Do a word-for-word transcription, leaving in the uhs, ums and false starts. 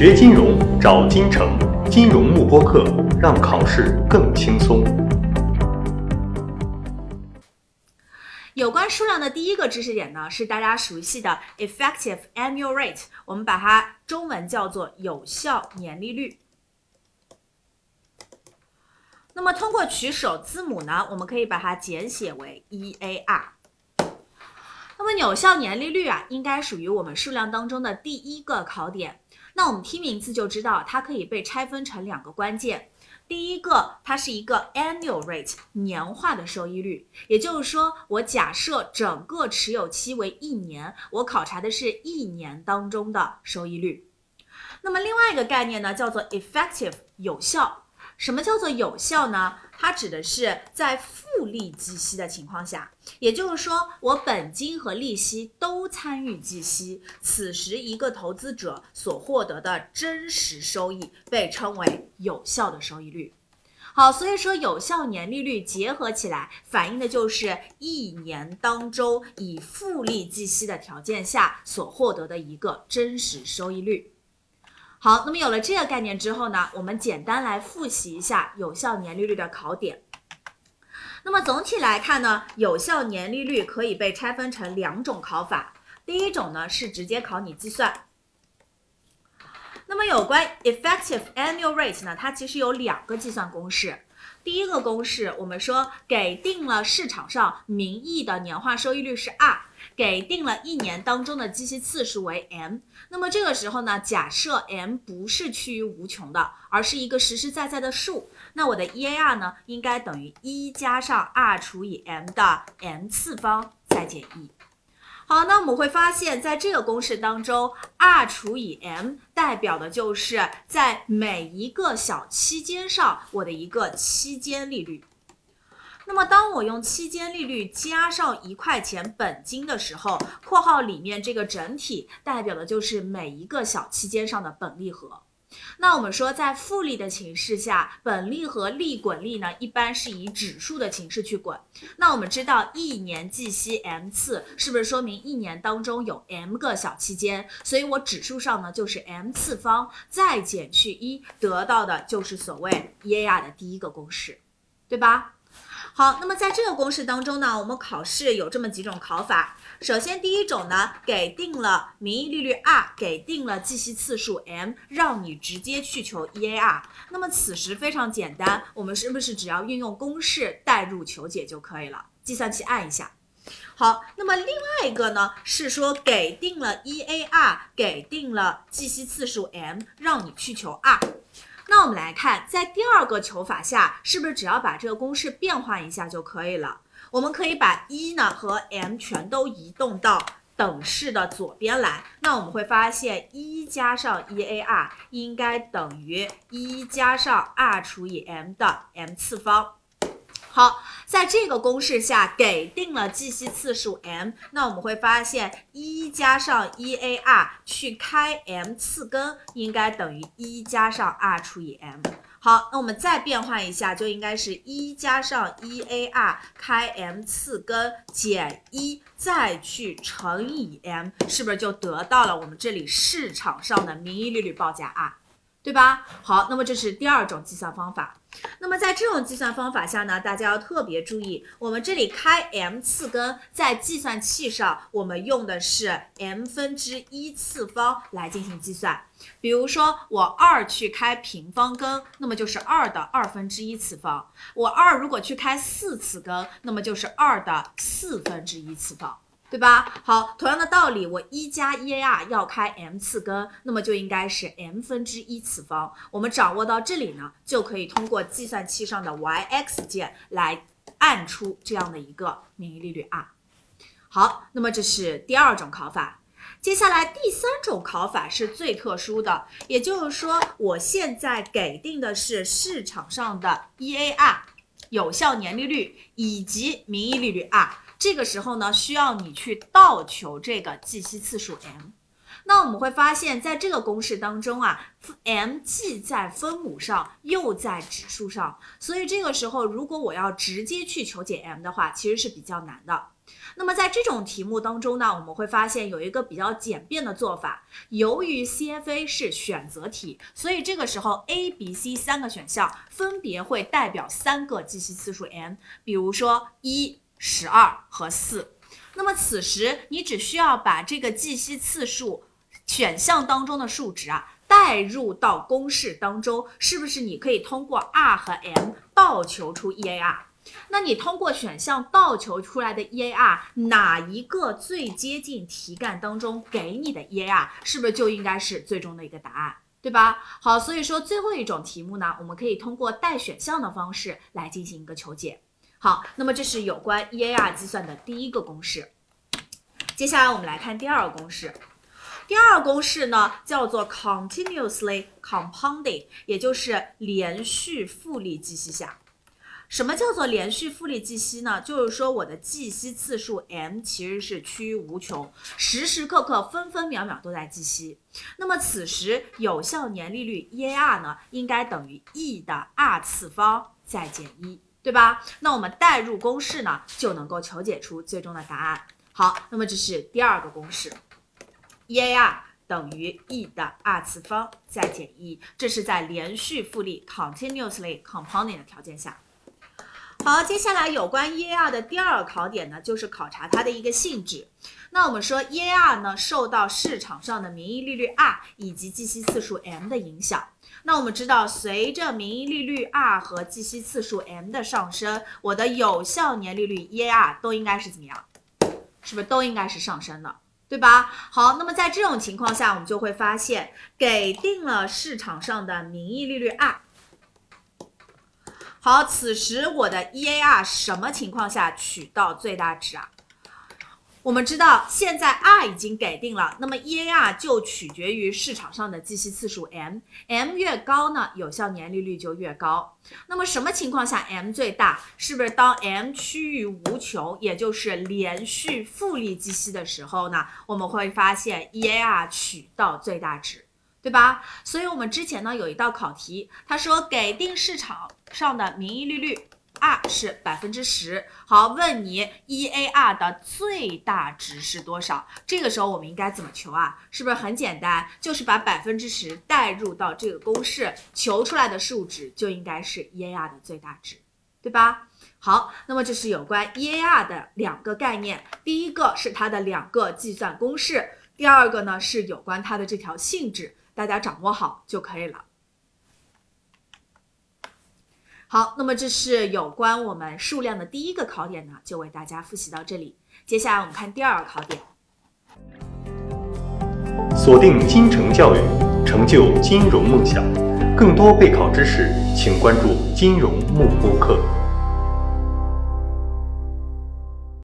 学金融找金城，金融慕播课，让考试更轻松。 有关数量的第一个知识点呢，是大家熟悉的 effective annual rate， 我们把它中文叫做有效年利率。那么通过取首字母呢，我们可以把它简写为 E A R。那么有效年利率啊，应该属于我们数量当中的第一个考点。那我们听名字就知道，它可以被拆分成两个关键。第一个，它是一个 annual rate， 年化的收益率，也就是说，我假设整个持有期为一年，我考察的是一年当中的收益率。那么另外一个概念呢，叫做 effective， 有效。什么叫做有效呢？它指的是在复利计息的情况下，也就是说我本金和利息都参与计息，此时一个投资者所获得的真实收益被称为有效的收益率。好，所以说有效年利率结合起来，反映的就是一年当中以复利计息的条件下所获得的一个真实收益率。好，那么有了这个概念之后呢，我们简单来复习一下有效年利率的考点。那么总体来看呢，有效年利率可以被拆分成两种考法。第一种呢是直接考你计算。那么有关 effective annual rate 呢，它其实有两个计算公式。第一个公式，我们说给定了市场上名义的年化收益率是 R， 给定了一年当中的计息次数为 M。那么这个时候呢，假设 M 不是趋于无穷的，而是一个实实在在的数，那我的 E A R 呢，应该等于一加上 R 除以 M 的 M 次方再减一。好，那我们会发现在这个公式当中 R 除以 M 代表的就是在每一个小期间上我的一个期间利率。那么当我用期间利率加上一块钱本金的时候，括号里面这个整体代表的就是每一个小期间上的本利和。那我们说在复利的形式下，本利和利滚利呢，一般是以指数的形式去滚。那我们知道一年计息 M 次，是不是说明一年当中有 M 个小期间？所以我指数上呢就是 M 次方再减去一，得到的就是所谓 E A R 的第一个公式，对吧？好，那么在这个公式当中呢，我们考试有这么几种考法。首先第一种呢，给定了名义利率 R， 给定了计息次数 M， 让你直接去求 E A R。那么此时非常简单，我们是不是只要运用公式代入求解就可以了？计算器按一下。好，那么另外一个呢，是说给定了 E A R， 给定了计息次数 M， 让你去求 R。那我们来看，在第二个求法下，是不是只要把这个公式变换一下就可以了？我们可以把一呢和 M 全都移动到等式的左边来，那我们会发现一加上 E A R 应该等于一加上 R 除以 M 的 M 次方。好，在这个公式下给定了计息次数 M， 那我们会发现一加上 E A R 去开 M 次根应该等于一加上 R 除以 M。 好，那我们再变换一下，就应该是一加上 E A R 开 M 次根减一再去乘以 M， 是不是就得到了我们这里市场上的名义利率报价 R，对吧？好，那么这是第二种计算方法。那么在这种计算方法下呢，大家要特别注意，我们这里开 M 次根，在计算器上我们用的是 M 分之一次方来进行计算。比如说我二去开平方根，那么就是二的二分之一次方。我二如果去开四次根，那么就是二的四分之一次方。对吧？好，同样的道理，我一加 E A R 要开 M 次根，那么就应该是 M 分之一次方。我们掌握到这里呢，就可以通过计算器上的 Y X 键来按出这样的一个名义利率 R。好，那么这是第二种考法。接下来第三种考法是最特殊的，也就是说，我现在给定的是市场上的 E A R 有效年利率以及名义利率 R。这个时候呢，需要你去倒求这个计息次数 M。那我们会发现，在这个公式当中啊 ，M 既在分母上，又在指数上，所以这个时候，如果我要直接去求解 M 的话，其实是比较难的。 那么在这种题目当中呢，我们会发现有一个比较简便的做法。由于 C F A 是选择题，所以这个时候 A、B、C 三个选项分别会代表三个计息次数 m， 比如说一、十二和四。那么此时你只需要把这个计息次数选项当中的数值啊带入到公式当中，是不是你可以通过 R 和 M 倒求出 E A R？那你通过选项倒求出来的 E A R 哪一个最接近题干当中给你的 E A R， 是不是就应该是最终的一个答案，对吧？好，所以说最后一种题目呢，我们可以通过带选项的方式来进行一个求解。好，那么这是有关 E A R 计算的第一个公式。接下来我们来看第二个公式。第二个公式呢叫做 continuously compounding， 也就是连续复利计息下。什么叫做连续复利计息呢？就是说我的计息次数 m 其实是趋于无穷，时时刻刻分分秒秒都在计息。那么此时有效年利率 E A R 呢，应该等于 E 的 R 次方再减一，对吧？那我们代入公式呢，就能够求解出最终的答案。好，那么这是第二个公式 ，E A R 等于 E 的 R 次方再减一，这是在连续复利 continuously compounding 的条件下。好，接下来有关 E A R 的第二个考点呢，就是考察它的一个性质。那我们说 E A R 呢，受到市场上的名义利率 R 以及计息次数 m 的影响。那我们知道，随着名义利率 R 和计息次数 m 的上升，我的有效年利率 E A R 都应该是怎么样？是不是都应该是上升的？对吧？好，那么在这种情况下，我们就会发现，给定了市场上的名义利率 R。好，此时我的 E A R 什么情况下取到最大值啊？我们知道现在 R 已经给定了，那么 E A R 就取决于市场上的计息次数 m，m 越高呢，有效年利率就越高。那么什么情况下 m 最大？是不是当 m 趋于无穷，也就是连续复利计息的时候呢？我们会发现 E A R 取到最大值。对吧？所以我们之前呢有一道考题，他说给定市场上的名义利率 R 是百分之十，好，问你 E A R 的最大值是多少？这个时候我们应该怎么求啊？是不是很简单？就是把百分之十带入到这个公式，求出来的数值就应该是 E A R 的最大值，对吧？好，那么这是有关 E A R 的两个概念，第一个是它的两个计算公式，第二个呢是有关它的这条性质。大家掌握好就可以了。好，那么这是有关我们数量的第一个考点呢，就为大家复习到这里。接下来我们看第二个考点。 锁定金城教育，成就金融梦想。更多备考知识，请关注金融幕播课。